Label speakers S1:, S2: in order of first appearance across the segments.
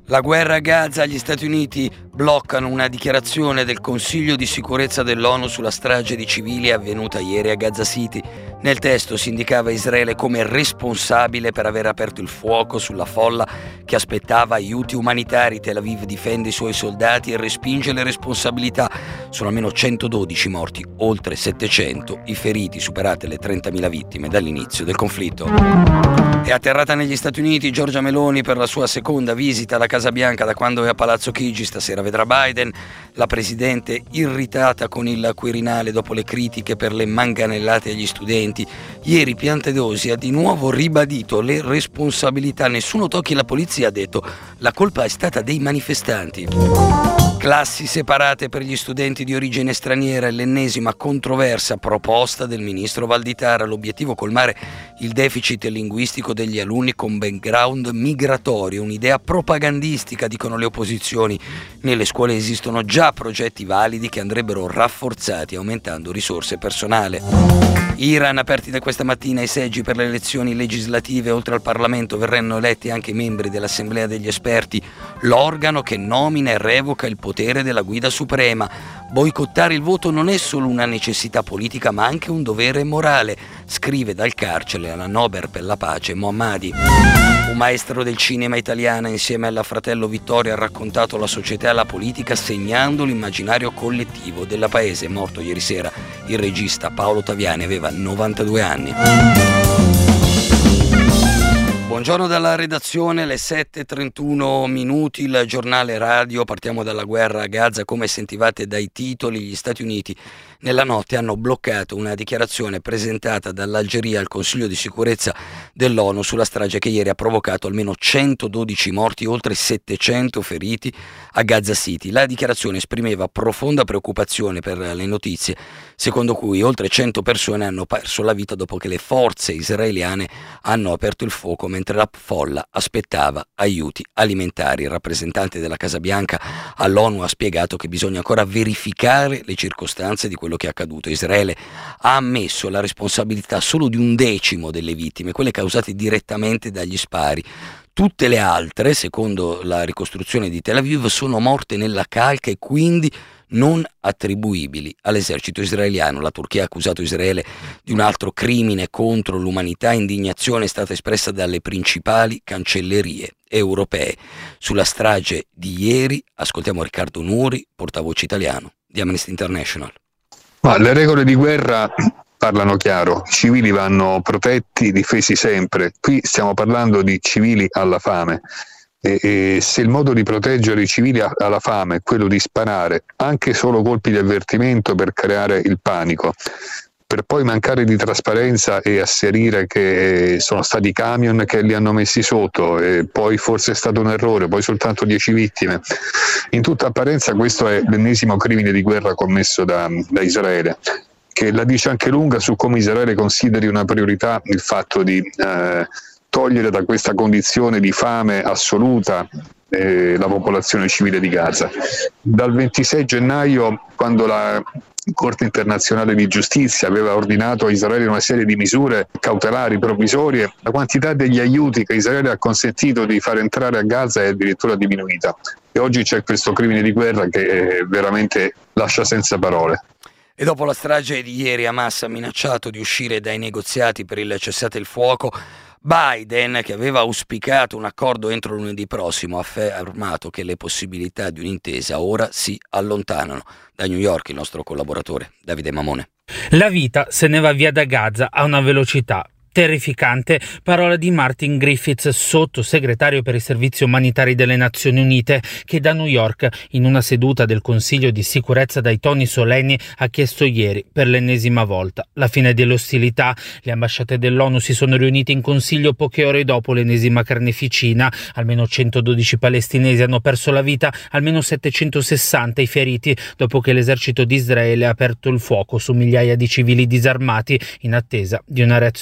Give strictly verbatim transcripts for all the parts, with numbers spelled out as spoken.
S1: La guerra a Gaza, gli Stati Uniti bloccano una dichiarazione del Consiglio di sicurezza dell'ONU sulla strage di civili avvenuta ieri a Gaza City. Nel testo si indicava Israele come responsabile per aver aperto il fuoco sulla folla che aspettava aiuti umanitari. Tel Aviv difende i suoi soldati e respinge le responsabilità. Sono almeno centododici morti, oltre settecento i feriti, superate le trentamila vittime dall'inizio del conflitto. È atterrata negli Stati Uniti Giorgia Meloni per la sua seconda visita alla Casa Bianca da quando è a Palazzo Chigi. Stasera vedrà Biden. La presidente irritata con il Quirinale dopo le critiche per le manganellate agli studenti. Ieri Piantedosi ha di nuovo ribadito le responsabilità. Nessuno tocchi la polizia, ha detto. La colpa è stata dei manifestanti. Classi separate per gli studenti di origine straniera è l'ennesima controversa proposta del ministro Valditara. L'obiettivo colmare il deficit linguistico degli alunni con background migratorio, un'idea propagandistica, dicono le opposizioni. Nelle scuole esistono già progetti validi che andrebbero rafforzati aumentando risorse e personale. Iran, aperti da questa mattina i seggi per le elezioni legislative. Oltre al Parlamento verranno eletti anche i membri dell'Assemblea degli esperti, l'organo che nomina e revoca il potere della guida suprema. Boicottare il voto non è solo una necessità politica ma anche un dovere morale, scrive dal carcere la Nobel per la pace Mohammadi. Un maestro del cinema italiano insieme al fratello Vittorio ha raccontato la società e la politica segnando l'immaginario collettivo del paese. È morto ieri sera il regista Paolo Taviani, aveva novantadue anni. Buongiorno dalla redazione, le sette e trentuno minuti, il giornale radio. Partiamo dalla guerra a Gaza. Come sentivate dai titoli, gli Stati Uniti nella notte hanno bloccato una dichiarazione presentata dall'Algeria al Consiglio di sicurezza dell'ONU sulla strage che ieri ha provocato almeno centododici morti e oltre settecento feriti a Gaza City. La dichiarazione esprimeva profonda preoccupazione per le notizie secondo cui oltre cento persone hanno perso la vita dopo che le forze israeliane hanno aperto il fuoco mentre la folla aspettava aiuti alimentari. Il rappresentante della Casa Bianca all'ONU ha spiegato che bisogna ancora verificare le circostanze di quello che è accaduto. Israele ha ammesso la responsabilità solo di un decimo delle vittime, quelle causate direttamente dagli spari. Tutte le altre, secondo la ricostruzione di Tel Aviv, sono morte nella calca e quindi non attribuibili all'esercito israeliano. La Turchia ha accusato Israele di un altro crimine contro l'umanità. Indignazione è stata espressa dalle principali cancellerie europee. Sulla strage di ieri ascoltiamo Riccardo Nuri, portavoce italiano di Amnesty International.
S2: Ma le regole di guerra parlano chiaro, i civili vanno protetti, difesi sempre. Qui stiamo parlando di civili alla fame. E, e se il modo di proteggere i civili alla fame è quello di sparare anche solo colpi di avvertimento per creare il panico, per poi mancare di trasparenza e asserire che sono stati i camion che li hanno messi sotto e poi forse è stato un errore, poi soltanto dieci vittime, in tutta apparenza questo è l'ennesimo crimine di guerra commesso da, da Israele, che la dice anche lunga su come Israele consideri una priorità il fatto di eh, togliere da questa condizione di fame assoluta eh, la popolazione civile di Gaza. Dal ventisei gennaio, quando la Corte internazionale di giustizia aveva ordinato a Israele una serie di misure cautelari provvisorie, la quantità degli aiuti che Israele ha consentito di far entrare a Gaza è addirittura diminuita. E oggi c'è questo crimine di guerra che eh, veramente lascia senza parole.
S1: E dopo la strage di ieri, Hamas ha minacciato di uscire dai negoziati per il cessate il fuoco. Biden, che aveva auspicato un accordo entro lunedì prossimo, ha affermato che le possibilità di un'intesa ora si allontanano. Da New York il nostro collaboratore Davide Mamone.
S3: La vita se ne va via da Gaza a una velocità terrificante, parola di Martin Griffiths, sottosegretario per i servizi umanitari delle Nazioni Unite, che da New York, in una seduta del Consiglio di sicurezza dai toni solenni, ha chiesto ieri per l'ennesima volta la fine delle ostilità. Le ambasciate dell'ONU si sono riunite in Consiglio poche ore dopo l'ennesima carneficina. Almeno centododici palestinesi hanno perso la vita, almeno settecentosessanta i feriti dopo che l'esercito di Israele ha aperto il fuoco su migliaia di civili disarmati in attesa di una reazione di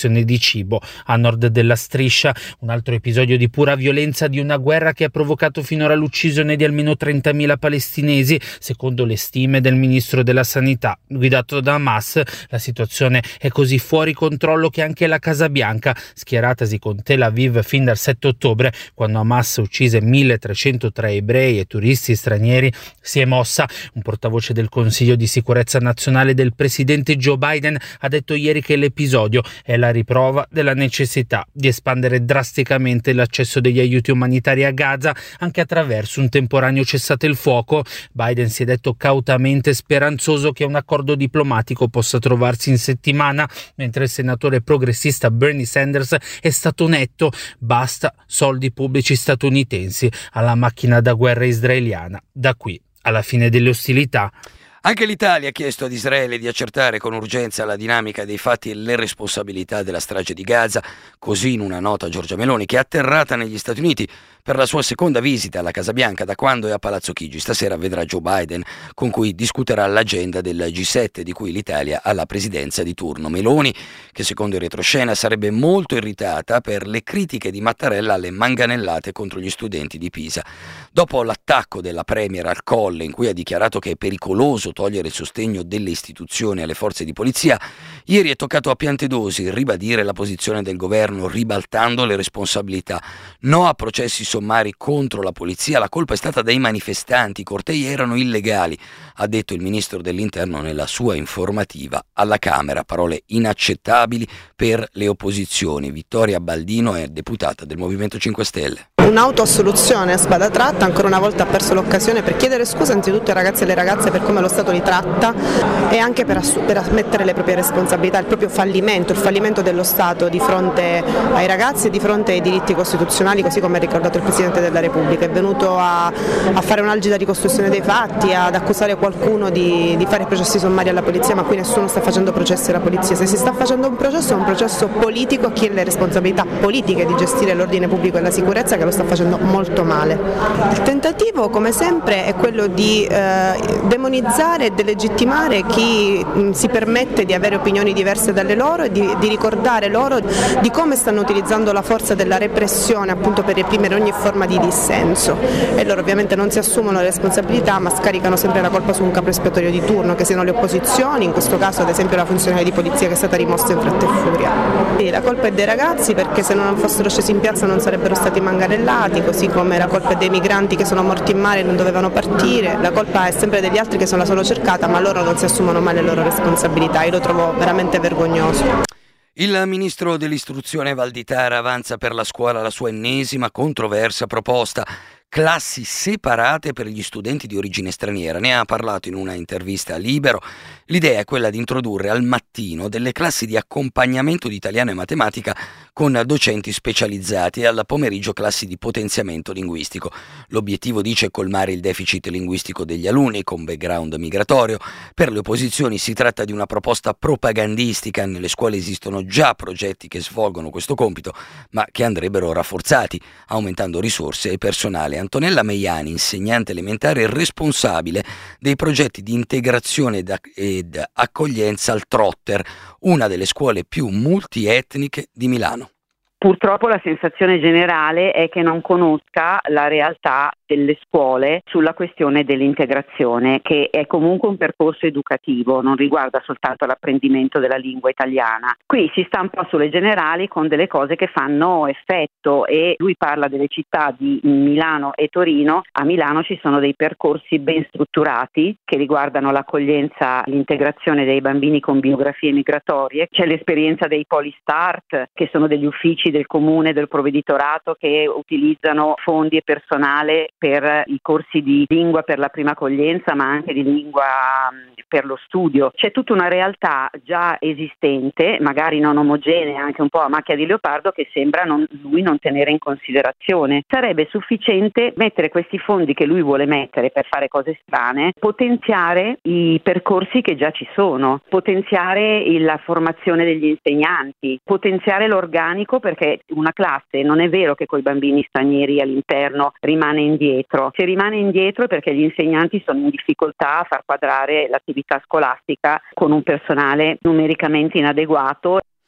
S3: cibo a nord della striscia. Un altro episodio di pura violenza di una guerra che ha provocato finora l'uccisione di almeno trentamila palestinesi, secondo le stime del ministro della sanità guidato da Hamas. La situazione è così fuori controllo che anche la Casa Bianca, schieratasi con Tel Aviv fin dal sette ottobre, quando Hamas uccise milletrecentotre ebrei e turisti stranieri, si è mossa. Un portavoce del Consiglio di sicurezza nazionale del presidente Joe Biden ha detto ieri che l'episodio è la riprova della necessità di espandere drasticamente l'accesso degli aiuti umanitari a Gaza anche attraverso un temporaneo cessate il fuoco. Biden si è detto cautamente speranzoso che un accordo diplomatico possa trovarsi in settimana, mentre il senatore progressista Bernie Sanders è stato netto: basta soldi pubblici statunitensi alla macchina da guerra israeliana da qui alla fine delle ostilità.
S1: Anche l'Italia ha chiesto ad Israele di accertare con urgenza la dinamica dei fatti e le responsabilità della strage di Gaza. Così, in una nota, Giorgia Meloni, che è atterrata negli Stati Uniti per la sua seconda visita alla Casa Bianca da quando è a Palazzo Chigi, stasera vedrà Joe Biden, con cui discuterà l'agenda del G sette, di cui l'Italia ha la presidenza di turno. Meloni, che secondo il retroscena sarebbe molto irritata per le critiche di Mattarella alle manganellate contro gli studenti di Pisa. Dopo l'attacco della Premier al Colle, in cui ha dichiarato che è pericoloso togliere il sostegno delle istituzioni alle forze di polizia, ieri è toccato a Piantedosi ribadire la posizione del governo, ribaltando le responsabilità. No a processi sommari contro la polizia, la colpa è stata dei manifestanti, i cortei erano illegali, ha detto il ministro dell'Interno nella sua informativa alla Camera. Parole inaccettabili per le opposizioni. Vittoria Baldino è deputata del Movimento cinque Stelle.
S4: Un'autoassoluzione a spada tratta, ancora una volta ha perso l'occasione per chiedere scusa anzitutto ai ragazzi e alle ragazze per come lo Stato li tratta e anche per, assu- per ammettere le proprie responsabilità, il proprio fallimento, il fallimento dello Stato di fronte ai ragazzi e di fronte ai diritti costituzionali, così come ha ricordato il Presidente della Repubblica. È venuto a, a fare un'algida ricostruzione dei fatti, ad accusare qualcuno di, di fare processi sommari alla polizia, ma qui nessuno sta facendo processi alla polizia. Se si sta facendo un processo, è un processo politico a chi ha le responsabilità politiche di gestire l'ordine pubblico e la sicurezza, che lo sta facendo molto male. Il tentativo, come sempre, è quello di eh, demonizzare e delegittimare chi mh, si permette di avere opinioni diverse dalle loro e di, di ricordare loro di come stanno utilizzando la forza della repressione appunto per reprimere ogni forma di dissenso. E loro ovviamente non si assumono le responsabilità, ma scaricano sempre la colpa su un capo espiatorio di turno, che siano le opposizioni, in questo caso ad esempio la funzionaria di polizia che è stata rimossa in fretta e furia. E la colpa è dei ragazzi, perché se non fossero scesi in piazza non sarebbero stati manganellati, così come la colpa è dei migranti che sono morti in mare e non dovevano partire. La colpa è sempre degli altri che se la sono cercata, ma loro non si assumono mai le loro responsabilità. Io lo trovo veramente vergognoso.
S1: Il ministro dell'istruzione Valditara avanza per la scuola la sua ennesima controversa proposta: classi separate per gli studenti di origine straniera. Ne ha parlato in una intervista a Libero. L'idea è quella di introdurre al mattino delle classi di accompagnamento di italiano e matematica con docenti specializzati e al pomeriggio classi di potenziamento linguistico. L'obiettivo, dice, è colmare il deficit linguistico degli alunni con background migratorio. Per le opposizioni si tratta di una proposta propagandistica. Nelle scuole esistono già progetti che svolgono questo compito, ma che andrebbero rafforzati, aumentando risorse e personale. Antonella Meiani, insegnante elementare e responsabile dei progetti di integrazione ed accoglienza al Trotter, una delle scuole più multietniche di Milano.
S5: Purtroppo la sensazione generale è che non conosca la realtà delle scuole sulla questione dell'integrazione, che è comunque un percorso educativo, non riguarda soltanto l'apprendimento della lingua italiana. Qui si sta un po' sulle generali con delle cose che fanno effetto, e lui parla delle città di Milano e Torino. A Milano ci sono dei percorsi ben strutturati che riguardano l'accoglienza, l'integrazione dei bambini con biografie migratorie. C'è l'esperienza dei Polistart, che sono degli uffici del comune, del provveditorato, che utilizzano fondi e personale per i corsi di lingua per la prima accoglienza, ma anche di lingua per lo studio. C'è tutta una realtà già esistente, magari non omogenea, anche un po' a macchia di leopardo, che sembra non, lui non tenere in considerazione. Sarebbe sufficiente mettere questi fondi che lui vuole mettere per fare cose strane, potenziare i percorsi che già ci sono, potenziare la formazione degli insegnanti, potenziare l'organico, perché una classe non è vero che coi bambini stranieri all'interno rimane indietro. Se rimane indietro è perché gli insegnanti sono in difficoltà a far quadrare l'attività scolastica con un personale numericamente inadeguato.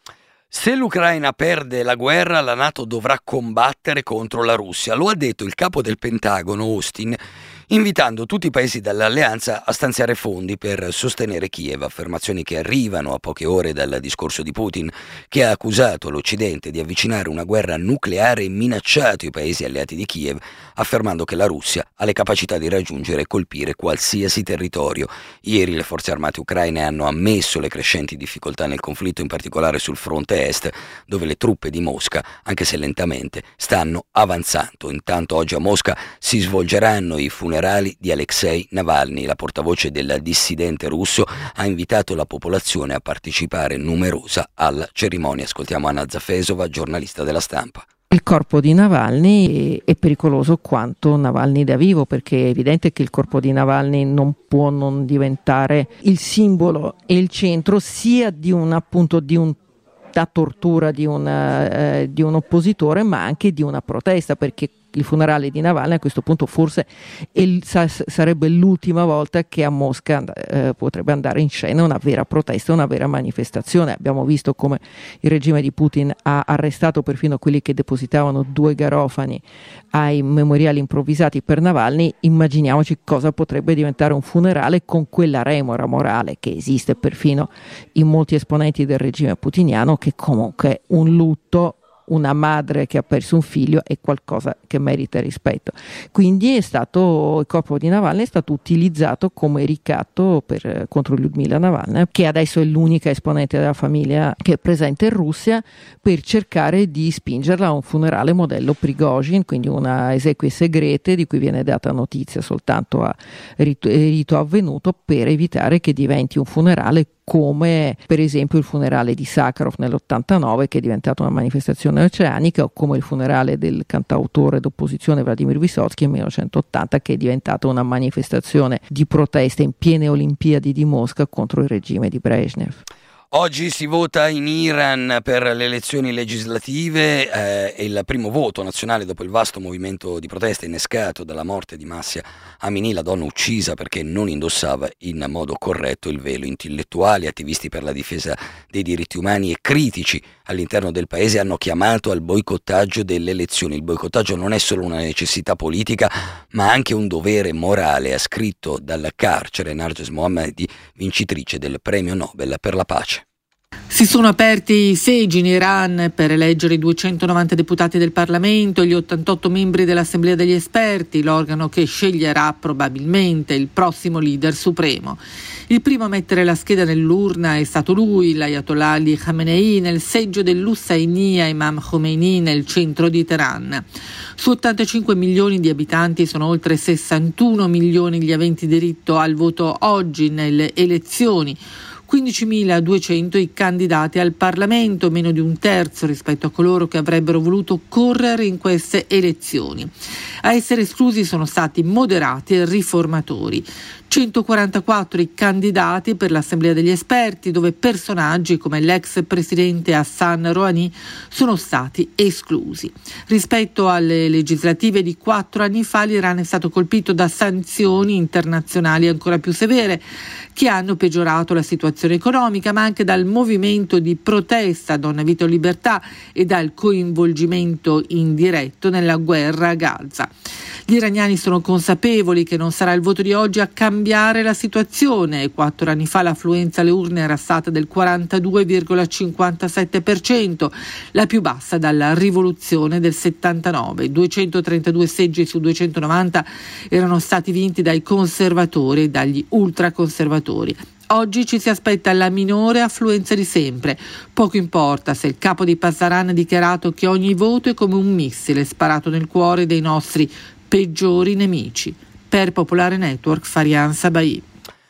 S1: Se l'Ucraina perde la guerra, la NATO dovrà combattere contro la Russia. Lo ha detto il capo del Pentagono, Austin, invitando tutti i paesi dell'alleanza a stanziare fondi per sostenere Kiev, affermazioni che arrivano a poche ore dal discorso di Putin, che ha accusato l'Occidente di avvicinare una guerra nucleare e minacciato i paesi alleati di Kiev, affermando che la Russia ha le capacità di raggiungere e colpire qualsiasi territorio. Ieri le forze armate ucraine hanno ammesso le crescenti difficoltà nel conflitto, in particolare sul fronte est, dove le truppe di Mosca, anche se lentamente, stanno avanzando. Intanto oggi a Mosca si svolgeranno i funerali di Alexei Navalny. La portavoce del dissidente russo ha invitato la popolazione a partecipare numerosa alla cerimonia. Ascoltiamo Anna Zafesova, giornalista della Stampa.
S6: Il corpo di Navalny è pericoloso quanto Navalny da vivo, perché è evidente che il corpo di Navalny non può non diventare il simbolo e il centro sia di un appunto di un da tortura di un, eh, di un oppositore, ma anche di una protesta, perché il funerale di Navalny a questo punto forse il, sa, sarebbe l'ultima volta che a Mosca eh, potrebbe andare in scena una vera protesta, una vera manifestazione. Abbiamo visto come il regime di Putin ha arrestato perfino quelli che depositavano due garofani ai memoriali improvvisati per Navalny. Immaginiamoci cosa potrebbe diventare un funerale con quella remora morale che esiste perfino in molti esponenti del regime putiniano, che comunque un lutto, una madre che ha perso un figlio, è qualcosa che merita rispetto. Quindi è stato, il corpo di Navalny è stato utilizzato come ricatto per, contro Lyudmila Navalny, che adesso è l'unica esponente della famiglia che è presente in Russia, per cercare di spingerla a un funerale modello Prigozhin, quindi una esequie segrete di cui viene data notizia soltanto a rito, rito avvenuto, per evitare che diventi un funerale come per esempio il funerale di Sakharov nell'ottantanove, che è diventato una manifestazione oceanica, o come il funerale del cantautore d'opposizione Vladimir Vysotsky nel millenovecentottanta, che è diventato una manifestazione di protesta in piene Olimpiadi di Mosca contro il regime di Brezhnev.
S1: Oggi si vota in Iran per le elezioni legislative, eh, è il primo voto nazionale dopo il vasto movimento di protesta innescato dalla morte di Mahsa Amini, la donna uccisa perché non indossava in modo corretto il velo. Intellettuali, attivisti per la difesa dei diritti umani e critici all'interno del paese hanno chiamato al boicottaggio delle elezioni. Il boicottaggio non è solo una necessità politica, ma anche un dovere morale, ha scritto dal carcere Narges Mohammadi, vincitrice del premio Nobel per la pace.
S7: Si sono aperti i seggi in Iran per eleggere i duecentonovanta deputati del Parlamento e gli ottantotto membri dell'Assemblea degli esperti, l'organo che sceglierà probabilmente il prossimo leader supremo. Il primo a mettere la scheda nell'urna è stato lui, l'Ayatollah Ali Khamenei, nel seggio dell'Husainiya Imam Khomeini nel centro di Teheran. Su ottantacinque milioni di abitanti sono oltre sessantuno milioni gli aventi diritto al voto oggi nelle elezioni. quindicimiladuecento i candidati al Parlamento, meno di un terzo rispetto a coloro che avrebbero voluto correre in queste elezioni. A essere esclusi sono stati moderati e riformatori. centoquarantaquattro i candidati per l'Assemblea degli esperti, dove personaggi come l'ex presidente Hassan Rouhani sono stati esclusi. Rispetto alle legislative di quattro anni fa, l'Iran è stato colpito da sanzioni internazionali ancora più severe, che hanno peggiorato la situazione economica, ma anche dal movimento di protesta Donna Vita o Libertà e dal coinvolgimento indiretto nella guerra a Gaza. Gli iraniani sono consapevoli che non sarà il voto di oggi a cambiare la situazione. Quattro anni fa l'affluenza alle urne era stata del quarantadue virgola cinquantasette per cento, la più bassa dalla rivoluzione del settantanove. duecentotrentadue seggi su duecentonovanta erano stati vinti dai conservatori e dagli ultraconservatori. Oggi ci si aspetta la minore affluenza di sempre. Poco importa se il capo di Pasdaran ha dichiarato che ogni voto è come un missile sparato nel cuore dei nostri peggiori nemici. Per Popolare Network, Farian Sabai.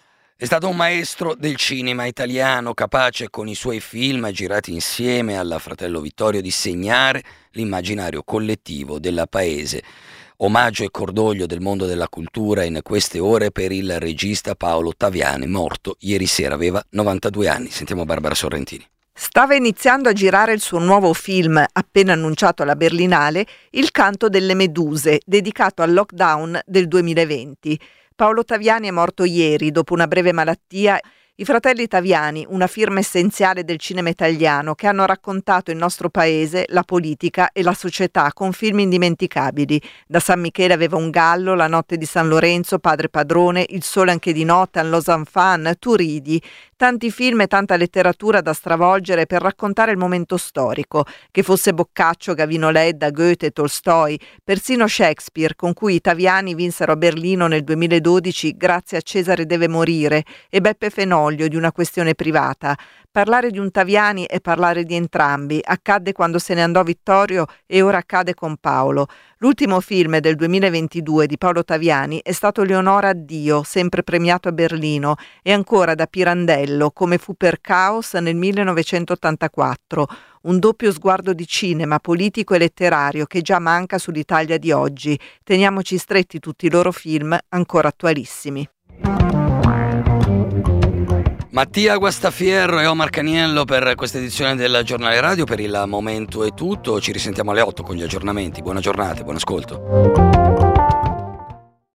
S1: È stato un maestro del cinema italiano, capace con i suoi film girati insieme al fratello Vittorio di segnare l'immaginario collettivo del paese. Omaggio e cordoglio del mondo della cultura in queste ore per il regista Paolo Taviani, morto ieri sera, aveva novantadue anni. Sentiamo Barbara Sorrentini.
S8: Stava iniziando a girare il suo nuovo film, appena annunciato alla Berlinale, Il canto delle meduse, dedicato al lockdown del duemilaventi. Paolo Taviani è morto ieri dopo una breve malattia. I fratelli Taviani, una firma essenziale del cinema italiano, che hanno raccontato il nostro paese, la politica e la società con film indimenticabili. Da San Michele aveva un gallo, La notte di San Lorenzo, Padre padrone, Il sole anche di notte, Un los enfants, Tu ridi. Tanti film e tanta letteratura da stravolgere per raccontare il momento storico, che fosse Boccaccio, Gavino Ledda, Goethe, Tolstoi, persino Shakespeare, con cui i Taviani vinsero a Berlino nel duemiladodici grazie a Cesare deve morire, e Beppe Fenoglio di Una questione privata. Parlare di un Taviani è parlare di entrambi. Accadde quando se ne andò Vittorio e ora accade con Paolo. L'ultimo film del duemilaventidue di Paolo Taviani è stato Leonora Addio, sempre premiato a Berlino, e ancora da Pirandello, Come fu per Caos nel millenovecentottantaquattro. Un doppio sguardo di cinema, politico e letterario che già manca sull'Italia di oggi. Teniamoci stretti tutti i loro film, ancora attualissimi.
S1: Mattia Guastafierro e Omar Caniello per questa edizione del Giornale Radio. Per il momento è tutto, ci risentiamo alle otto con gli aggiornamenti. Buona giornata, buon ascolto.